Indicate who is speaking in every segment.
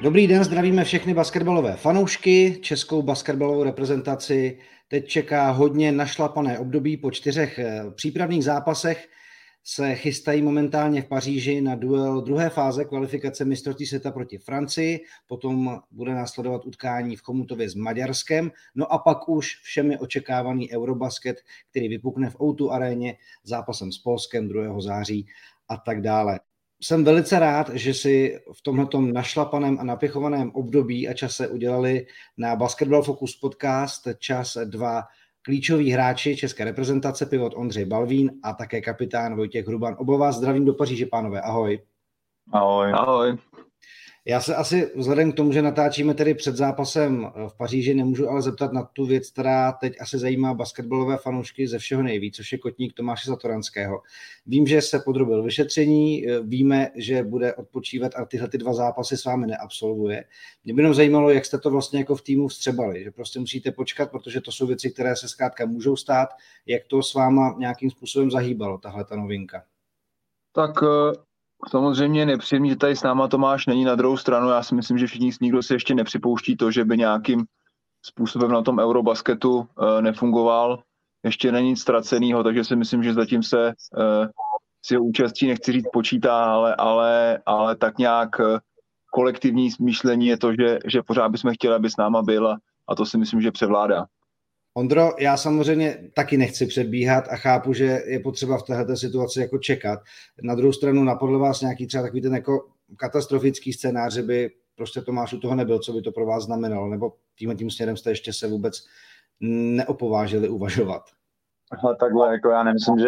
Speaker 1: Dobrý den, zdravíme všechny basketbalové fanoušky, českou basketbalovou reprezentaci. Teď čeká hodně našlapané období po 4 přípravných zápasech. Se chystají momentálně v Paříži na duel druhé fáze kvalifikace mistrovství světa proti Francii, potom bude následovat utkání v Chomutově s Maďarskem, no a pak už všemi očekávaný Eurobasket, který vypukne v O2 aréně zápasem s Polskem 2. září a tak dále. Jsem velice rád, že si v tomhletom našlapaném a napěchovaném období a čase udělali na Basketball Focus podcast čas 2 klíčoví hráči české reprezentace, pivot Ondřej Balvín a také kapitán Vojtěch Hruban. Oba vás zdravím do Paříže, pánové. Ahoj.
Speaker 2: Ahoj.
Speaker 3: Ahoj.
Speaker 1: Já se asi vzhledem k tomu, že natáčíme tedy před zápasem v Paříži, nemůžu ale zeptat na tu věc, která teď asi zajímá basketbalové fanoušky ze všeho nejvíc, což je kotník Tomáše Satoranského. Vím, že se podrobil vyšetření, víme, že bude odpočívat a tyhle 2 zápasy s vámi neabsolvuje. Mě by jenom zajímalo, jak jste to vlastně jako v týmu vstřebali, že prostě musíte počkat, protože to jsou věci, které se zkrátka můžou stát. Jak to s váma nějakým způsobem zahýbalo, tahle ta novinka?
Speaker 3: Tak samozřejmě nepříjemný, že tady s náma Tomáš není. Na druhou stranu. Já si myslím, že nikdo si ještě nepřipouští to, že by nějakým způsobem na tom Eurobasketu nefungoval. Ještě není nic ztracenýho, takže si myslím, že zatím se s jeho účastí, nechci říct počítá, ale tak nějak kolektivní smýšlení je to, že pořád bychom chtěli, aby s náma byl a to si myslím, že převládá.
Speaker 1: Ondro, já samozřejmě taky nechci předbíhat a chápu, že je potřeba v této situaci jako čekat. Na druhou stranu napadl vás nějaký třeba takový ten jako katastrofický scénář, že by prostě Tomáš u toho nebyl, co by to pro vás znamenalo, nebo tím směrem jste ještě se vůbec neopovážili uvažovat?
Speaker 2: Takhle, jako já nemyslím,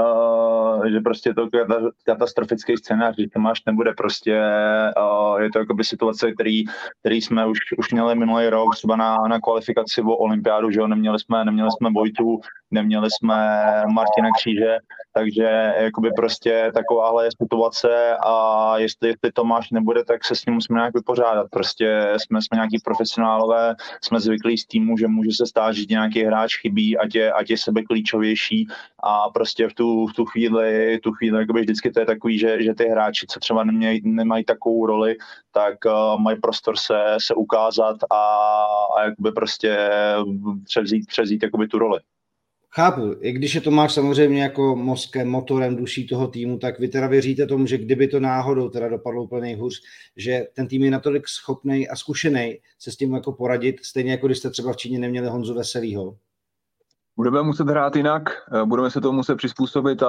Speaker 2: že prostě to katastrofický scénář, že Tomáš nebude prostě, je to jakoby situace, který jsme už měli minulý rok, třeba na kvalifikaci o olympiádu, že jo, neměli jsme Vojtu, neměli jsme Martina Kříže, takže jakoby prostě takováhle je situace a jestli Tomáš nebude, tak se s ním musíme nějak vypořádat. Prostě jsme nějaký profesionálové, jsme zvyklí z týmu, že může se stát, že nějaký hráč chybí, ať je sebe klíčovější a prostě v tu chvíli jakoby vždycky to je takový, že ty hráči, co třeba nemají takovou roli, tak mají prostor se ukázat a jakoby prostě převzít jakoby tu roli.
Speaker 1: Chápu, i když je Tomáš samozřejmě jako mozkem, motorem, duší toho týmu, tak vy teda věříte tomu, že kdyby to náhodou teda dopadlo úplně nejhůř, že ten tým je natolik schopnej a zkušenej se s tím jako poradit, stejně jako když jste třeba v Číně neměli Honzu Veselýho?
Speaker 3: Budeme muset hrát jinak, budeme se tomu muset přizpůsobit,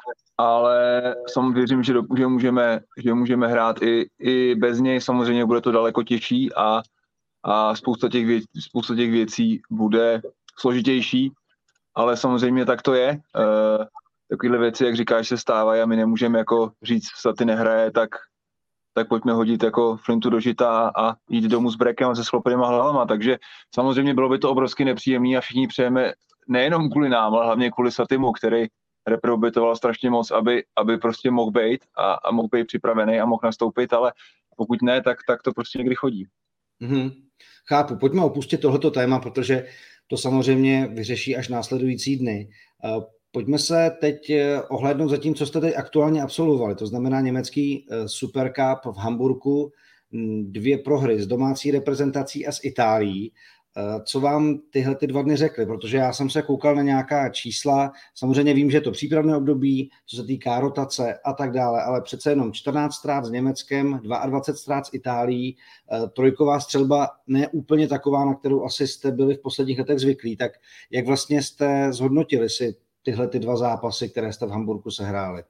Speaker 3: ale samozřejmě věřím, že můžeme hrát i bez něj. Samozřejmě bude to daleko těžší a spousta těch věcí bude složitější, ale samozřejmě tak to je. Takovéhle věci, jak říkáš, se stávají a my nemůžeme jako říct, Saty nehraje, tak pojďme hodit jako flintu do žita a jít domů s brekem a se schlopenýma hlavama. Takže samozřejmě bylo by to obrovsky nepříjemný a všichni přejeme nejenom kvůli nám, ale hlavně kvůli Satymu, který reprobitoval strašně moc, aby prostě mohl být a mohl být připravený a mohl nastoupit, ale pokud ne, tak to prostě někdy chodí.
Speaker 1: Chápu, pojďme opustit tohleto téma, protože to samozřejmě vyřeší až následující dny. Pojďme se teď ohlédnout za tím, co jste teď aktuálně absolvovali. To znamená německý Super Cup v Hamburku, 2 prohry s domácí reprezentací a s Itálií. Co vám tyhle 2 dny řekly? Protože já jsem se koukal na nějaká čísla, samozřejmě vím, že je to přípravné období, co se týká rotace a tak dále, ale přece jenom 14 ztrát s Německem, 22 ztrát s Itálií, trojková střelba ne úplně taková, na kterou asi jste byli v posledních letech zvyklí. Tak jak vlastně jste zhodnotili si tyhle 2 zápasy, které jste v Hamburku sehráli?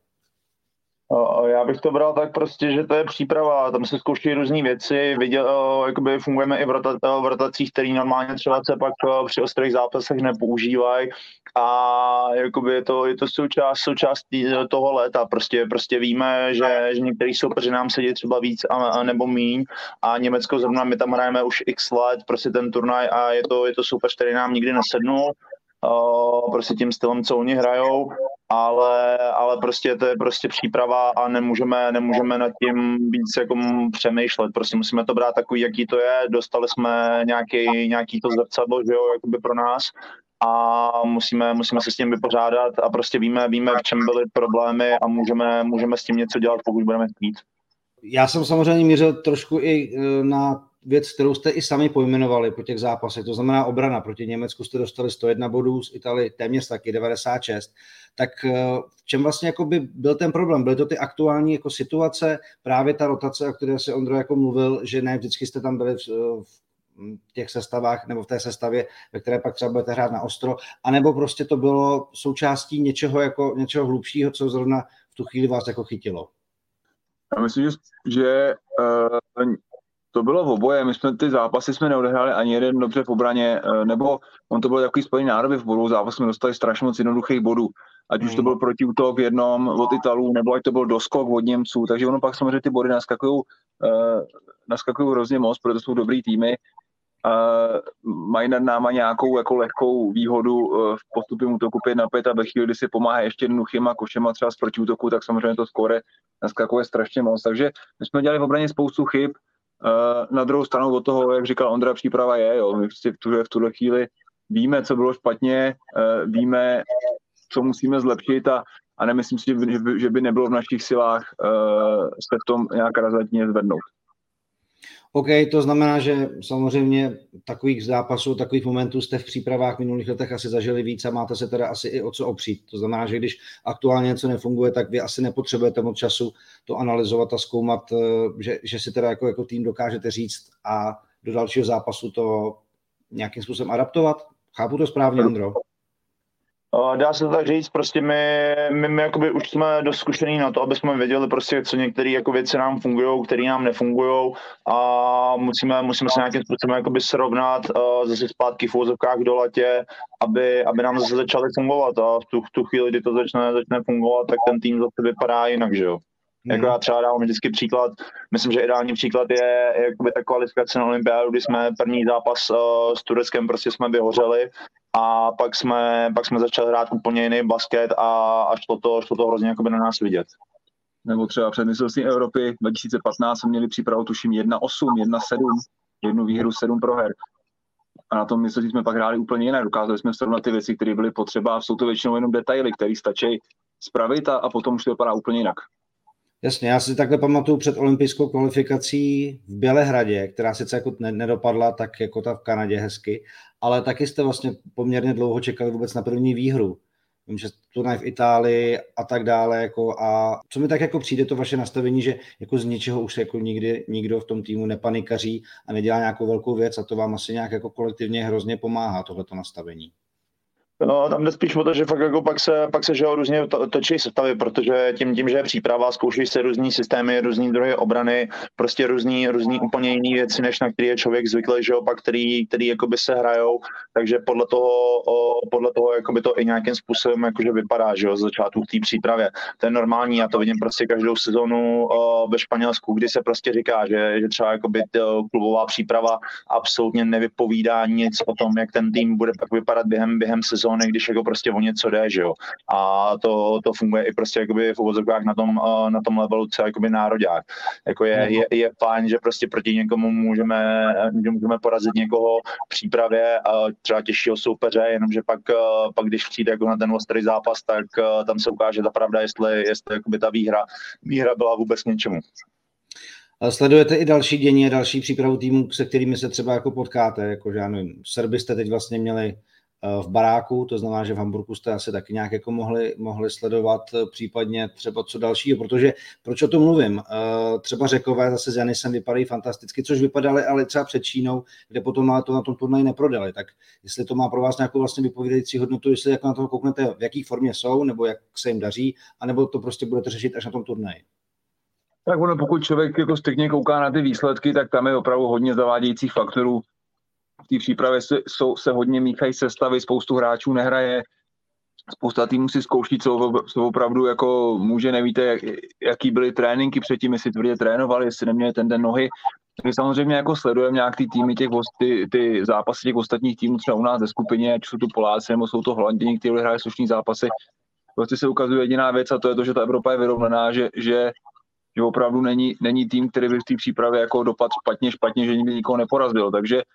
Speaker 2: Já bych to bral tak prostě, že to je příprava, tam se zkouší různý věci, jakoby fungujeme i v rotacích, které normálně třeba se pak při ostrých zápasech nepoužívají a jakoby je to součást toho léta, prostě víme, že některý soupeři nám sedí třeba víc a nebo míň a Německo zrovna my tam hrajeme už x let, prostě ten turnaj a je to soupeř, který nám nikdy nesednul, prostě tím stylem, co oni hrajou, ale prostě to je prostě příprava a nemůžeme nad tím víc jako přemýšlet, prostě musíme to brát takový, jaký to je, dostali jsme nějaký to zrcadlo, že jo, jakoby pro nás a musíme se s tím vypořádat a prostě víme, v čem byly problémy a můžeme s tím něco dělat, pokud budeme chtít.
Speaker 1: Já jsem samozřejmě mířil trošku i na věc, kterou jste i sami pojmenovali po těch zápasech, to znamená obrana. Proti Německu jste dostali 101 bodů, z Italii téměř taky 96. Tak v čem vlastně jako by byl ten problém? Byly to ty aktuální jako situace, právě ta rotace, o které si Ondro jako mluvil, že ne vždycky jste tam byli v těch sestavách nebo v té sestavě, ve které pak třeba budete hrát na ostro, anebo prostě to bylo součástí něčeho hlubšího, co zrovna v tu chvíli vás jako chytilo?
Speaker 3: Já myslím, že to bylo v oboje. My jsme ty zápasy neodehráli ani jeden dobře v obraně, nebo on to byl takový spojený nádoby v bodu. Zápas jsme dostali strašně moc jednoduchých bodů. Ať už to byl protiútok v jednom od Italů, nebo ať to byl doskok od Němců. Takže ono pak samozřejmě ty body naskakují hrozně moc, protože to jsou dobrý týmy. Mají nad náma nějakou jako lehkou výhodu v postupě útoku 5-5 a ve chvíli, kdy si pomáhá ještě jednoduchýma košema třeba z protiútoku, tak samozřejmě to skóre naskakuje strašně moc. Takže my jsme dělali v obraně spoustu chyb. Na druhou stranu od toho, jak říkal Ondra, příprava je. Jo. My prostě v tuhle chvíli víme, co bylo špatně, víme, co musíme zlepšit a nemyslím si, že by nebylo v našich silách se v tom nějak razantně zvednout.
Speaker 1: OK, to znamená, že samozřejmě takových zápasů, takových momentů jste v přípravách v minulých letech asi zažili víc a máte se teda asi i o co opřít. To znamená, že když aktuálně něco nefunguje, tak vy asi nepotřebujete moc času to analyzovat a zkoumat, že si teda jako tým dokážete říct a do dalšího zápasu to nějakým způsobem adaptovat. Chápu to správně, Ondro?
Speaker 2: Dá se to tak říct, prostě my jakoby už jsme dost zkušený na to, aby jsme věděli prostě, co některé jako věci nám fungují, které nám nefungují a musíme se nějakým způsobem jakoby srovnat zase zpátky v úvozovkách do latě, aby nám zase začaly fungovat a v tu chvíli, kdy to začne fungovat, tak ten tým zase vypadá jinak, že jo. Jako já třeba dávám vždycky příklad, myslím, že ideální příklad je jakoby ta kvalifikace na olympiádu, kdy jsme první zápas s Tureckem prostě jsme vyhořeli a pak jsme začali hrát úplně jiný basket a šlo to hrozně jakoby na nás vidět.
Speaker 3: Nebo třeba před mistrovstvím Evropy 2015 jsme měli přípravu tuším 1-8, 1-7, jednu výhru 7 proher. A na tom mistrovství jsme pak hráli úplně jinak. Dokázali jsme srovnat ty věci, které byly potřeba. Jsou to většinou jenom detaily, které stačí spravit a potom už to vypadá úplně jinak.
Speaker 1: Jasně, já si takhle pamatuju před olympijskou kvalifikací v Bělehradě, která sice jako nedopadla tak jako ta v Kanadě hezky, ale taky jste vlastně poměrně dlouho čekali vůbec na první výhru. Vím, že turnaj v Itálii a tak dále. Jako a co mi tak jako přijde to vaše nastavení, že jako z ničeho už jako nikdo v tom týmu nepanikaří a nedělá nějakou velkou věc a to vám asi nějak jako kolektivně hrozně pomáhá tohleto nastavení.
Speaker 2: No, tam jde spíš o to, že fakt jako pak se že různě točí sestavy, protože tím, že je příprava, zkouší se různý systémy, různý druhy obrany, prostě různý úplně jiné věci, než na který je člověk zvyklý, že jo, pak který jakoby se hrajou, takže podle toho jakoby to i nějakým způsobem jakože vypadá, že jo, z začátku v té přípravě. To je normální, já to vidím prostě každou sezonu ve Španělsku, kdy se prostě říká, že třeba jakoby klubová příprava absolutně nevypovídá nic o tom, jak ten tým bude pak vypadat během sezóny, když jako prostě o něco jde, že jo. A to funguje i prostě jakoby v uvozovkách na tom levelu, co jakoby nároďák. Jako je fajn, že prostě proti někomu můžeme porazit někoho v přípravě třeba těžšího soupeře, jenomže pak když přijde jako na ten ostrý zápas, tak tam se ukáže ta pravda, jestli jakoby ta výhra byla vůbec k něčemu.
Speaker 1: Sledujete i další dění a další přípravu týmu, se kterými se třeba jako potkáte, jako že já nevím, Srby jste teď vlastně měli v baráku, to znamená, že v Hamburku jste asi taky nějak jako mohli sledovat případně třeba co dalšího, protože proč o tom mluvím? Třeba Řekové zase s Janisem vypadají fantasticky, což vypadaly ale třeba před Čínou, kde potom ale to na tom turnaji neprodali, tak jestli to má pro vás nějakou vlastně vypovídající hodnotu, jestli jako na to kouknete, v jaký formě jsou, nebo jak se jim daří, anebo to prostě budete řešit až na tom turnaji.
Speaker 3: Tak ono, pokud člověk jako striktně kouká na ty výsledky, tak tam je opravdu hodně zavádějících faktorů. V té přípravě se hodně míchají sestavy, spoustu hráčů nehraje, spousta týmů si zkouší, co opravdu jako může, nevíte, jaký byly tréninky předtím, jestli tvrdě trénovali, jestli neměli ten den nohy. My samozřejmě jako sledujeme nějak ty týmy, ty zápasy těch ostatních týmů, třeba u nás ve skupině, ať jsou to Poláci nebo jsou to Holanděni, kteří hrají slušný zápasy. Prostě se ukazuje jediná věc a to je to, že ta Evropa je vyrovnaná, že opravdu není tým, který by v té přípravě jako dopadl špatně, že nikdy nikoho neporazil.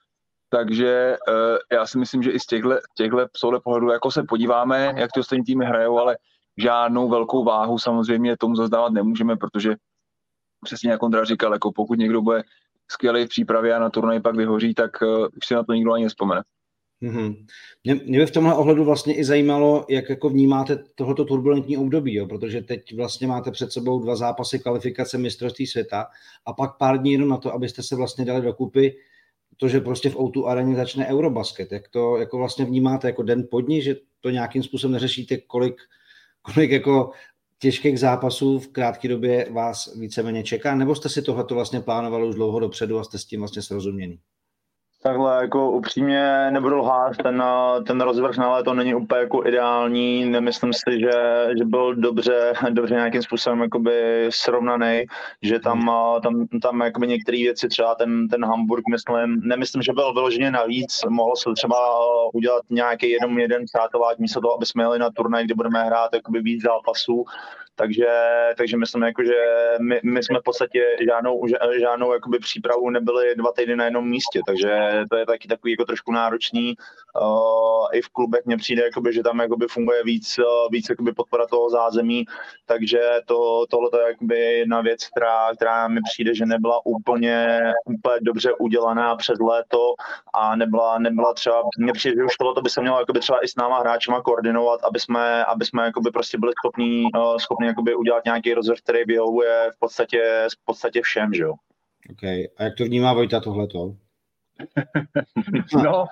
Speaker 3: Takže já si myslím, že i z těchto pohledů jako se podíváme, jak ty ostatní týmy hrajou, ale žádnou velkou váhu samozřejmě tomu zazdávat nemůžeme, protože přesně jak Ondra říkal, jako pokud někdo bude skvělý v přípravě a na turnaj pak vyhoří, tak už si na to nikdo ani nespomene.
Speaker 1: Mm-hmm. Mě by v tomhle ohledu vlastně i zajímalo, jak jako vnímáte tohleto turbulentní období, jo? Protože teď vlastně máte před sebou 2 zápasy kvalifikace mistrovství světa a pak pár dní jenom na to, abyste se vlastně dali dokupy to, že prostě v O2 areně začne Eurobasket. Jak to jako vlastně vnímáte jako den po dní, že to nějakým způsobem neřešíte, kolik jako těžkých zápasů v krátké době vás víceméně čeká, nebo jste si tohleto vlastně plánovali už dlouho dopředu a jste s tím vlastně srozuměný?
Speaker 2: Takhle jako upřímně nebudu lhát, ten rozvrh na léto není úplně jako ideální, nemyslím si, že byl dobře nějakým způsobem jakoby srovnaný, že tam jakoby některé věci, třeba ten Hamburg, nemyslím, že byl vyloženě navíc, mohlo se třeba udělat nějaký jeden přátelák místo toho, aby jsme jeli na turnaj, kde budeme hrát jakoby víc zápasů. Takže myslím, jako, že my jsme v podstatě žádnou jakoby přípravu nebyli 2 týdny na jednom místě, takže to je taky takový jako trošku náročný. I v klubech mně přijde, jakoby, že tam jakoby funguje víc jakoby podpora toho zázemí, takže tohle je jakoby jedna věc, která mi přijde, že nebyla úplně dobře udělaná přes léto a nebyla třeba, mně přijde, že už tohle by se mělo jakoby třeba i s náma hráčima koordinovat, aby jsme jakoby prostě byli schopni jakoby udělat nějaký rozvrh, který vyhovuje v podstatě všem, že jo.
Speaker 1: OK. A jak to vnímá Vojta tohleto?
Speaker 3: No,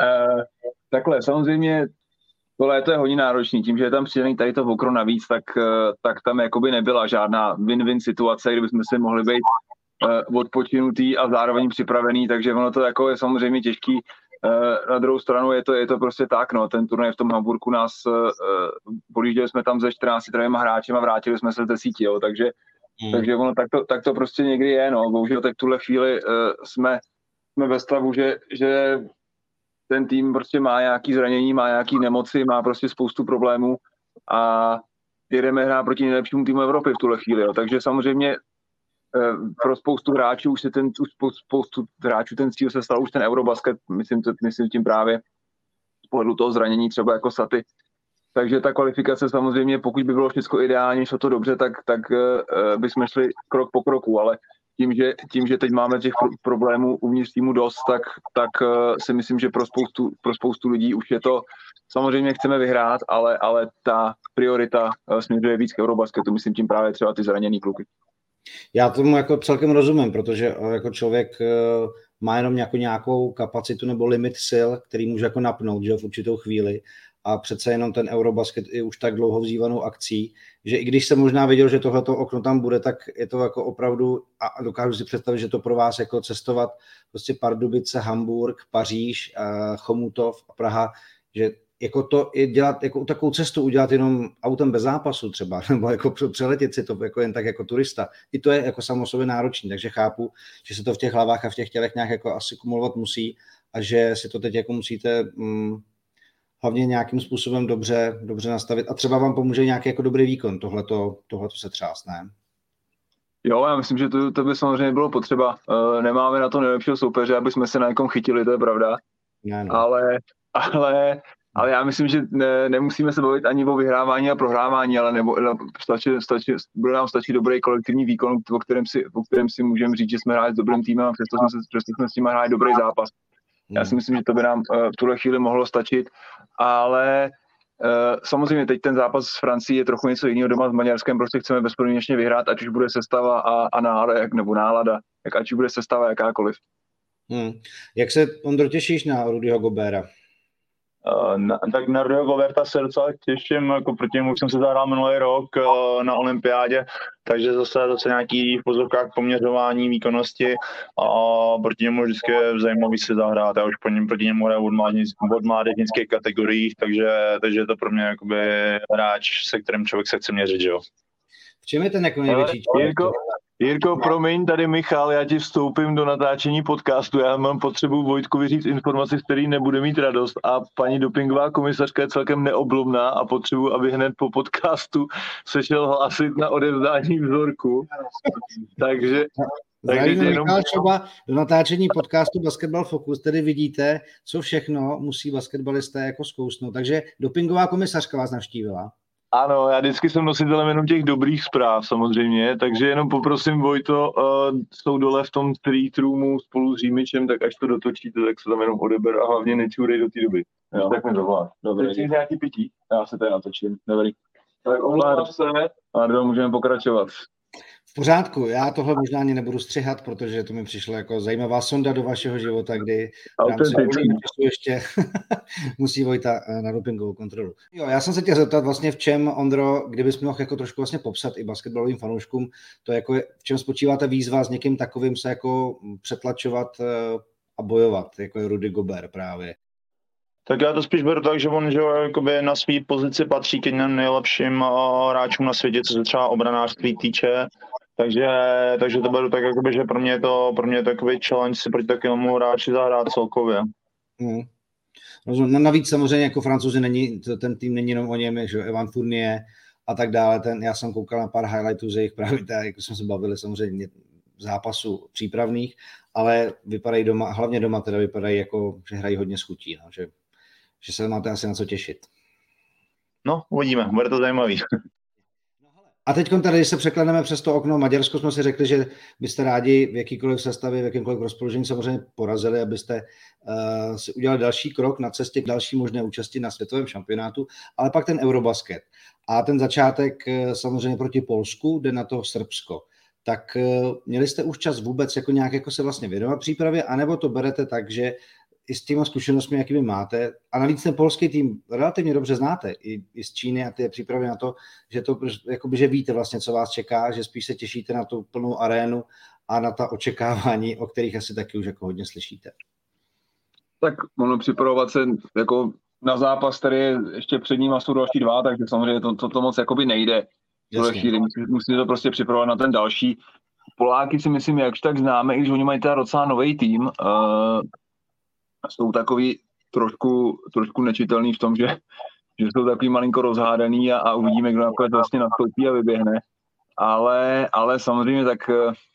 Speaker 3: takhle, samozřejmě to léto je hodně náročný, tím, že je tam přidaný tady to okno navíc, tak tam jakoby nebyla žádná win-win situace, kdyby jsme si mohli být odpočinutý a zároveň připravený, takže ono to jako je samozřejmě těžký. Na druhou stranu je to prostě tak, no, ten turnaj v tom Hamburku nás, podjížděli jsme tam se 14 trojema hráčem a vrátili jsme se z 10, jo, takže ono tak to prostě někdy je, no, bohužel tak v tuhle chvíli jsme ve stavu, že ten tým prostě má nějaký zranění, má nějaký nemoci, má prostě spoustu problémů a jedeme hrát proti nejlepšímu týmu Evropy v tuhle chvíli, jo, takže samozřejmě pro spoustu hráčů spoustu hráčů ten cíl se stal už ten Eurobasket, myslím tím právě z pohledu toho zranění třeba jako Saty. Takže ta kvalifikace samozřejmě, pokud by bylo všechno ideálně, šlo to dobře, tak bychom šli krok po kroku, ale tím, že teď máme těch problémů uvnitř týmu dost, tak si myslím, že pro spoustu lidí už je to, samozřejmě chceme vyhrát, ale ta priorita směřuje víc k Eurobasketu, myslím tím právě třeba ty zraněný kluky.
Speaker 1: Já tomu jako celkem rozumím, protože jako člověk má jenom nějakou kapacitu nebo limit sil, který může jako napnout, že v určitou chvíli, a přece jenom ten Eurobasket je už tak dlouho vzývanou akcí, že i když jsem možná věděl, že tohleto okno tam bude, tak je to jako opravdu, a dokážu si představit, že to pro vás jako cestovat prostě Pardubice, Hamburg, Paříž, Chomutov a Praha, že jako to je dělat, jako takovou cestu udělat jenom autem bez zápasu třeba, nebo jako přeletět si to jako jen tak jako turista. I to je jako samo sobě náročný, takže chápu, že se to v těch hlavách a v těch tělech nějak jako asi kumulovat musí a že si to teď jako musíte hlavně nějakým způsobem dobře nastavit a třeba vám pomůže nějaký jako dobrý výkon, tohleto se třás, ne?
Speaker 3: Jo, já myslím, že to by samozřejmě bylo potřeba. Nemáme na to nejlepšího soupeře, aby jsme se na někom chytili, to je pravda. No. Ale já myslím, že nemusíme se bavit ani o vyhrávání a prohrávání, ale bude nám stačit dobrý kolektivní výkon, o kterém si můžeme říct, že jsme hráli s dobrým týmem a přesto jsme s nimi hráli dobrý zápas. Já si myslím, že to by nám v tuhle chvíli mohlo stačit, ale samozřejmě teď ten zápas s Francií je trochu něco jiného, doma s Maďarskem prostě chceme bezpodmínečně vyhrát, ať už bude sestava a nálada, ať už bude sestava jakákoliv.
Speaker 1: Jak se, Ondro, těšíš na Rudyho Gobera?
Speaker 2: Tak na Rudyho Goberta se docela těším, jako proti němu jsem se zahrál minulý rok na olympiádě, takže zase nějaký v pozorkách poměřování výkonnosti a proti němu vždycky je zajímavý se zahrát. Já už proti němu hraju od mládežnických kategoriích, takže je to pro mě jakoby hráč, se kterým člověk se chce měřit, že jo.
Speaker 1: V čem je ten jako největší člověk?
Speaker 4: Jirko, promiň, tady Michal, já ti vstoupím do natáčení podcastu, já mám potřebu Vojtkovi říct informaci, z který nebude mít radost a paní dopingová komisařka je celkem neoblomná a potřebuji, aby hned po podcastu se šel hlásit na odevzdání vzorku, takže
Speaker 1: jenom... Třeba do natáčení podcastu Basketball Focus, tedy vidíte, co všechno musí basketbalisté jako zkousnout, takže dopingová komisařka vás navštívila.
Speaker 4: Ano, já vždycky jsem nositelem jenom těch dobrých zpráv samozřejmě, takže jenom poprosím Vojto, jsou dole v tom treat roomu spolu s Římičem, tak až to dotočíte, tak se tam jenom odeber a hlavně nečůrej do té doby.
Speaker 3: Jo.
Speaker 4: Tak mi dovoláš.
Speaker 3: Dobrý.
Speaker 4: Chceš nějaký pití?
Speaker 3: Já se tady natočím. Dobrý.
Speaker 4: Tak omlouvám se.
Speaker 3: Pardon, můžeme pokračovat.
Speaker 1: V pořádku, já tohle možná ani nebudu střihat, protože to mi přišlo jako zajímavá sonda do vašeho života, kdy v rámci času ještě musí Vojta na dopingovou kontrolu. Jo, já jsem se tě zeptat vlastně v čem, Ondro, kdybys mohl jako trošku vlastně popsat i basketbalovým fanouškům, to jako v čem spočívá ta výzva s někým takovým se jako přetlačovat a bojovat, jako je Rudy Gobert právě.
Speaker 2: Tak já to spíš beru tak, že on že jakoby na své pozici patří k jedním nejlepším hráčům na světě, co se třeba obranářství týče. Takže to beru tak, jakoby, že pro mě je to takový challenge si proti takovému hráči zahrát celkově.
Speaker 1: No, navíc samozřejmě jako Francouzi ten tým není jenom o něm, že Evan Fournier a tak dále. Já jsem koukal na pár highlightů z jejich právě, jako jsme se bavili samozřejmě zápasů přípravných, ale vypadají doma, hlavně doma teda vypadají jako, že hrají hodně s chutí, no, že se máte asi na co těšit.
Speaker 2: No, uvidíme, bude to zajímavý.
Speaker 1: A teď tady, když se překleneme přes to okno Maďarsko, jsme si řekli, že byste rádi v jakýkoliv sestavě, v jakýmkoliv rozpoložení samozřejmě porazili, abyste si udělali další krok na cestě k další možné účasti na světovém šampionátu, ale pak ten Eurobasket. A ten začátek samozřejmě proti Polsku, jde na to Srbsko. Tak měli jste už čas vůbec jako nějak jako se vlastně věnovat přípravě, anebo to berete tak, že i s těma zkušenostmi, jakými máte, a navíc ten polský tým relativně dobře znáte, i z Číny a ty přípravy na to, že to jakoby, že víte vlastně, co vás čeká, že spíš se těšíte na tu plnou arénu a na ta očekávání, o kterých asi taky už jako hodně slyšíte.
Speaker 3: Tak ono připravovat se jako na zápas, který je ještě před ním a jsou další dva, takže samozřejmě to moc jakoby nejde. Musíte to prostě připravovat na ten další. Poláky si myslím, jak tak známe, i když oni mají teda docela nový tým, jsou takový trošku nečitelný v tom, že jsou takový malinko rozhádaný a uvidíme, kdo nakonec vlastně nastoupí a vyběhne. Ale samozřejmě tak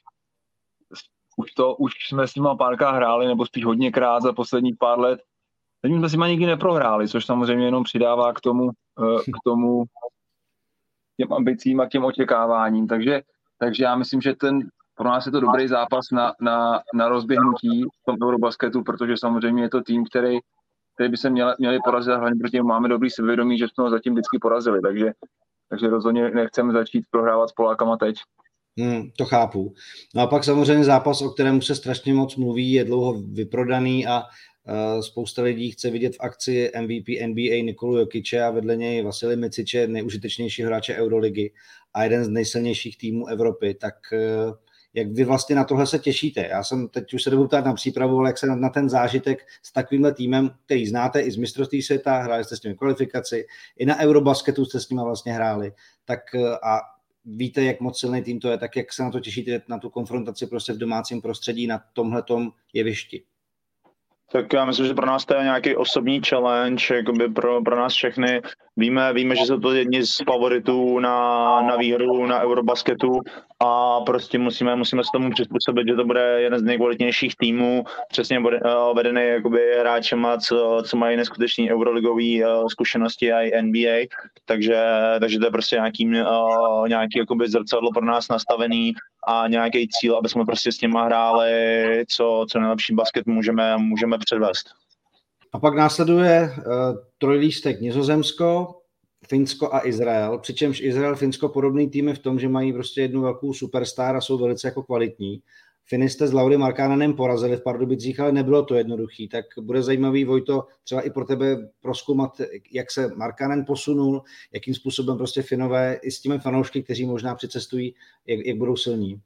Speaker 3: už jsme s nima párkrát hráli, nebo spíš hodněkrát za posledních pár let. Teď jsme si nikdy neprohráli, což samozřejmě jenom přidává k tomu těm ambicím a k těm očekáváním. Takže já myslím, že pro nás je to dobrý zápas na rozběhnutí v tom Eurobasketu, protože samozřejmě je to tým, který by se měli porazit, hlavně proti němu máme dobrý sebevědomí, že jsme ho zatím vždycky porazili, takže rozhodně nechceme začít prohrávat s Polákama teď.
Speaker 1: To chápu. No a pak samozřejmě zápas, o kterém se strašně moc mluví, je dlouho vyprodaný a spousta lidí chce vidět v akci MVP NBA Nikolu Jokiče a vedle něj Vasily Miciče, nejužitečnější hráče Euroligy a jeden z nejsilnějších týmů Evropy, tak jak vy vlastně na tohle se těšíte? Já jsem teď už se dobu ptát na přípravu, ale jak se na ten zážitek s takovýmhle týmem, který znáte i z mistrovství světa, hráli jste s nimi kvalifikaci, i na Eurobasketu jste s nimi vlastně hráli, tak a víte, jak moc silný tým to je, tak jak se na to těšíte, na tu konfrontaci prostě v domácím prostředí na tomhletom jevišti?
Speaker 2: Tak já myslím, že pro nás to je nějaký osobní challenge, jakoby pro nás všechny. Víme, že jsou to jedni z favoritů na výhru na Eurobasketu a prostě musíme se tomu přizpůsobit, že to bude jeden z nejkvalitnějších týmů, přesně vedený jakoby hráčema, co mají neskutečný euroligový zkušenosti a i NBA, takže to je prostě nějaký jakoby zrcadlo pro nás nastavený a nějaký cíl, aby jsme prostě s nimi hráli, co nejlepší basket můžeme předvést.
Speaker 1: A pak následuje trojlístek Nizozemsko, Finsko a Izrael, přičemž Izrael, Finsko podobný týmy v tom, že mají prostě jednu velkou superstar a jsou velice jako kvalitní. Finisté s Lauri Markkanenem porazili v Pardubicích, ale nebylo to jednoduchý, tak bude zajímavý, Vojto, třeba i pro tebe prozkoumat, jak se Markkanen posunul, jakým způsobem prostě Finové i s těmi fanoušky, kteří možná přicestují, jak budou silní.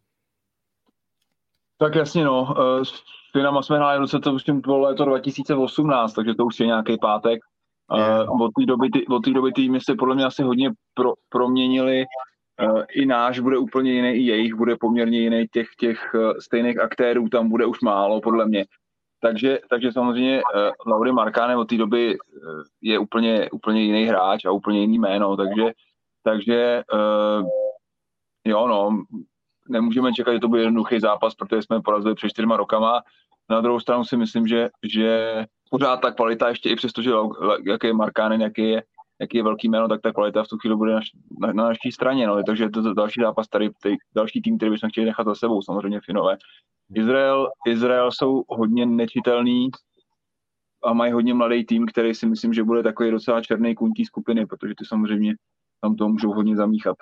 Speaker 3: Tak jasně, no. S Finama jsme hráli v roce to 2018, takže to už je nějaký pátek. Od té doby týmy se podle mě asi hodně proměnili. I náš bude úplně jiný, i jejich bude poměrně jiný, těch stejných aktérů tam bude už málo, podle mě. Takže samozřejmě Lauri Markkanen od té doby je úplně jiný hráč a úplně jiný jméno, takže jo, no, nemůžeme čekat, že to bude jednoduchý zápas, protože jsme porazili před 4 rokama. Na druhou stranu si myslím, že pořád ta kvalita ještě i přesto, že jaký je Markkanen, jaký je jaký je velký jméno, tak ta kvalita v tu chvíli bude na naší straně. No. Takže to je další zápas, další tým, který bychom chtěli nechat za sebou, samozřejmě Finové. Izrael jsou hodně nečitelný a mají hodně mladý tým, který si myslím, že bude takový docela černý kůň té skupiny, protože ty samozřejmě tam to můžou hodně zamíchat.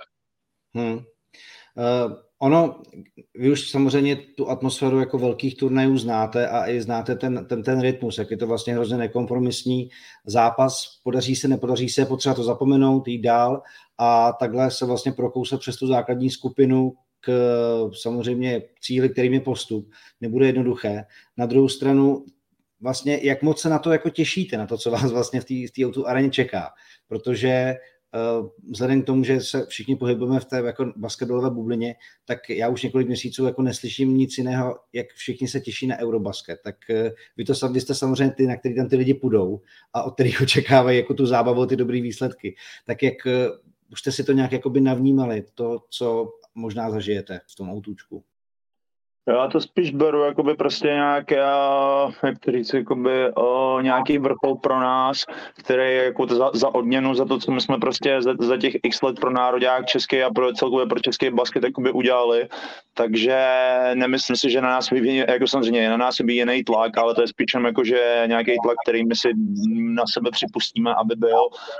Speaker 1: Vy už samozřejmě tu atmosféru jako velkých turnajů znáte a i znáte ten rytmus, jak je to vlastně hrozně nekompromisní zápas, podaří se, nepodaří se, potřeba to zapomenout, jít dál a takhle se vlastně prokousat přes tu základní skupinu k samozřejmě cíli, kterým je postup, nebude jednoduché. Na druhou stranu vlastně, jak moc se na to jako těšíte, na to, co vás vlastně v té O2 areně čeká, protože vzhledem k tomu, že se všichni pohybujeme v té jako basketbalové bublině, tak já už několik měsíců jako neslyším nic jiného, jak všichni se těší na Eurobasket. Tak vy jste samozřejmě ty, na který tam ty lidi půjdou a od kterých očekávají jako tu zábavu, ty dobrý výsledky. Tak jak už jste si to nějak jakoby navnímali, to, co možná zažijete v tom autůčku?
Speaker 2: Já to spíš beru jakoby prostě nějaký, jak to říct, jakoby, nějaký vrchol pro nás, který je jako za odměnu za to, co my jsme prostě za těch x let pro nároďák český a celkově pro český basket jakoby udělali. Takže nemyslím si, že na nás vyvíjí, jako samozřejmě na nás vyvíjí jiný tlak, ale to je spíš jako, že nějaký tlak, který my si na sebe připustíme, aby byl.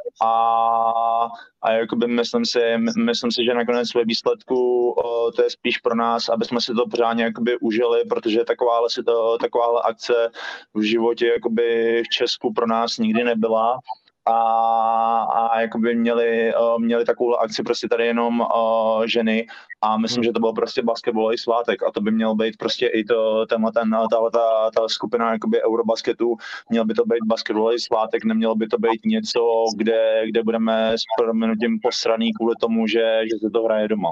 Speaker 2: A jakoby myslím si, že nakonec ve výsledku to je spíš pro nás, aby jsme si to pořádně jakoby užili, protože takováhle akce v životě jakoby v Česku pro nás nikdy nebyla. A jakoby měli takovou akci prostě tady jenom ženy a myslím, že to byl prostě basketbalový svátek a to by měl být prostě i ta skupina jakoby Eurobasketu, měl by to být basketbalový svátek, nemělo by to být něco, kde budeme s prominutím posraný kvůli tomu, že se to hraje doma.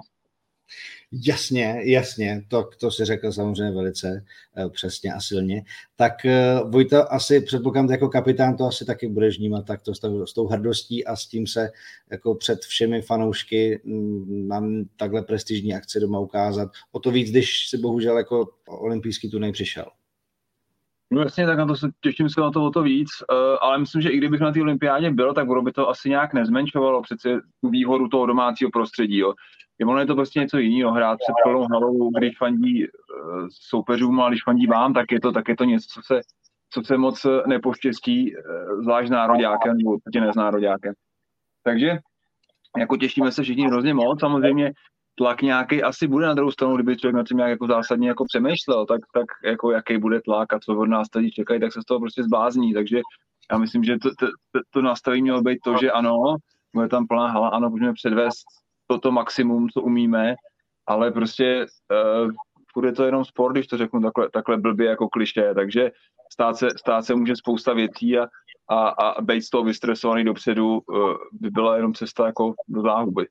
Speaker 1: Jasně, to si řekl samozřejmě velice přesně a silně. Tak Vojto, asi předpokládám, jako kapitán to asi taky budeš vnímat takto s tou hrdostí a s tím se jako před všemi fanoušky mám takhle prestižní akci doma ukázat. O to víc, když si bohužel jako olympijský turnaj přišel.
Speaker 3: No jasně, tak těším se na to o to víc, ale myslím, že i kdybych na té olympiádě byl, tak by to asi nějak nezmenšovalo přece tu výhodu toho domácího prostředí. Jo. Je to prostě něco jiného, hrát před plnou halou, když fandí soupeřům, a když fandí vám, tak je to něco, co se moc nepoštěstí, zvlášť nároďákem, nebo určitě neznároďákem. Takže jako těšíme se všichni hrozně moc, samozřejmě tlak nějaký asi bude, na druhou stranu, kdyby člověk na tím nějak jako zásadně jako přemýšlel, tak jako jaký bude tlak a co od nás tady čekají, tak se z toho prostě zblázní, takže já myslím, že to nastavení mělo být to, že ano, bude tam plná hala, ano, můžeme předvést to maximum, co umíme, ale prostě bude to jenom sport, když to řeknu takhle blbě jako klišé, takže stát se může spousta věcí a být z toho vystresovaný dopředu by byla jenom cesta jako do záhuby.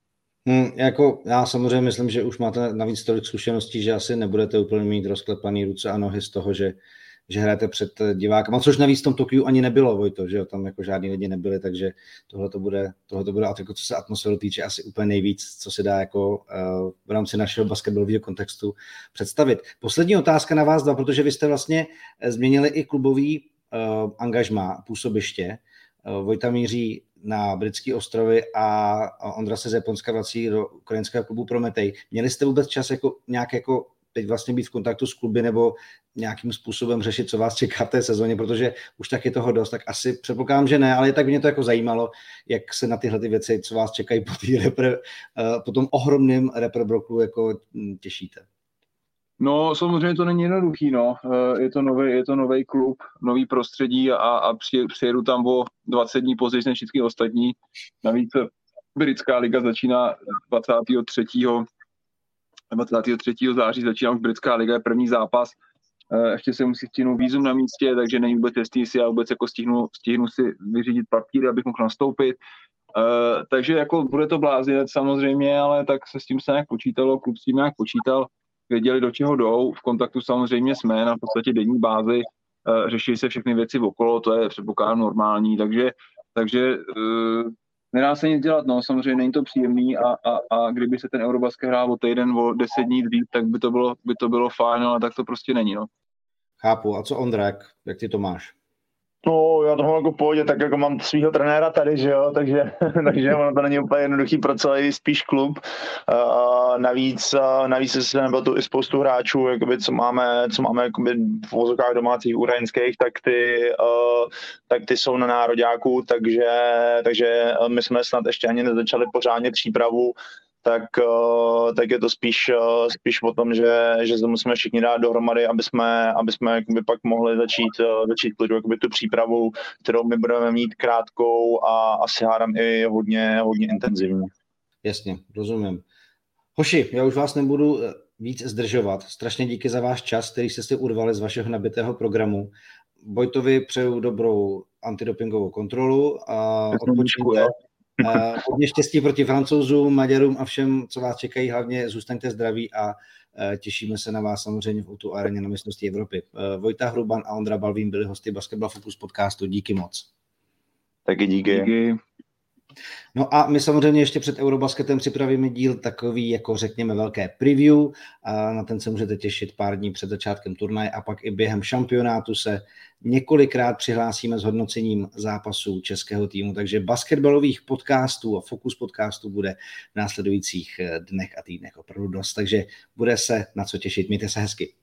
Speaker 1: Jako já samozřejmě myslím, že už máte navíc tolik zkušeností, že asi nebudete úplně mít rozklepaný ruce a nohy z toho, že hrajete před divákama, což navíc v tom Tokiu ani nebylo, Vojto, že jo, tam jako žádný lidi nebyli, takže tohle to bude a jako co se atmosféru týče asi úplně nejvíc, co se dá jako v rámci našeho basketbalového kontextu představit. Poslední otázka na vás dva, protože vy jste vlastně změnili i klubový angažmá, působiště. Vojta míří na Britské ostrovy a Ondra se z Japonska vrací do ukrajinského klubu Prometej. Měli jste vůbec čas jako nějak jako teď vlastně být v kontaktu s kluby nebo nějakým způsobem řešit, co vás čeká v té sezóně, protože už tak je toho dost, tak asi předpokládám, že ne, ale tak mě to jako zajímalo, jak se na tyhle ty věci, co vás čekají po tom ohromném reprobloku jako těšíte.
Speaker 3: No, samozřejmě to není jednoduchý, no. Je to nový klub, nový prostředí a přijedu tam o 20 dní později než všichni ostatní. Navíc britská liga začíná 23. září začíná už britská liga, je první zápas. Ještě se musí stihnout vízum na místě, takže není vůbec jistý, jestli já vůbec jako stihnu si vyřídit papíry, abych mohl nastoupit. Takže jako bude to blázinec samozřejmě, ale tak se s tím se nějak počítalo, klub s tím nějak počítal, věděli, do čeho jdou, v kontaktu samozřejmě jsme na podstatě denní bázi, řeší se všechny věci okolo, to je předpokládám normální, takže nedá se nic dělat, no, samozřejmě není to příjemný a kdyby se ten Eurobasket hrál o týden, o 10 dní dřív, tak by to bylo fajn, ale tak to prostě není, no.
Speaker 1: Chápu. A co Ondra, jak ty to máš?
Speaker 2: No, já to mám jako v pohodě, tak jako mám svýho trenéra tady, že jo, takže ono to není úplně jednoduchý pro celý spíš klub. Navíc se nebo tu i spoustu hráčů, jakoby, co máme jakoby v vozokách domácích ukrajinských, tak ty jsou na nároďáku, takže my jsme snad ještě ani nezačali pořádně přípravu, tak je to spíš o tom, že to musíme všichni dát dohromady, aby jsme jakoby pak mohli začít jakoby tu přípravu, kterou my budeme mít krátkou a asi hádám i hodně intenzivní.
Speaker 1: Jasně, rozumím. Hoši, já už vás nebudu víc zdržovat. Strašně díky za váš čas, který jste si urvali z vašeho nabitého programu. Vojtovi přeju dobrou antidopingovou kontrolu a odpočíňte. Hodně štěstí proti Francouzům, Maďarům a všem, co vás čekají. Hlavně zůstaňte zdraví a těšíme se na vás samozřejmě v O2 areně na mistrovství Evropy. Vojta Hruban a Ondra Balvín byli hosty Basketball Focus podcastu. Díky moc.
Speaker 2: Taky díky.
Speaker 1: No a my samozřejmě ještě před Eurobasketem připravíme díl takový, jako řekněme velké preview. A na ten se můžete těšit pár dní před začátkem turnaje a pak i během šampionátu se několikrát přihlásíme s hodnocením zápasů českého týmu. Takže basketbalových podcastů a Focus podcastů bude v následujících dnech a týdnech opravdu dost. Takže bude se na co těšit. Mějte se hezky.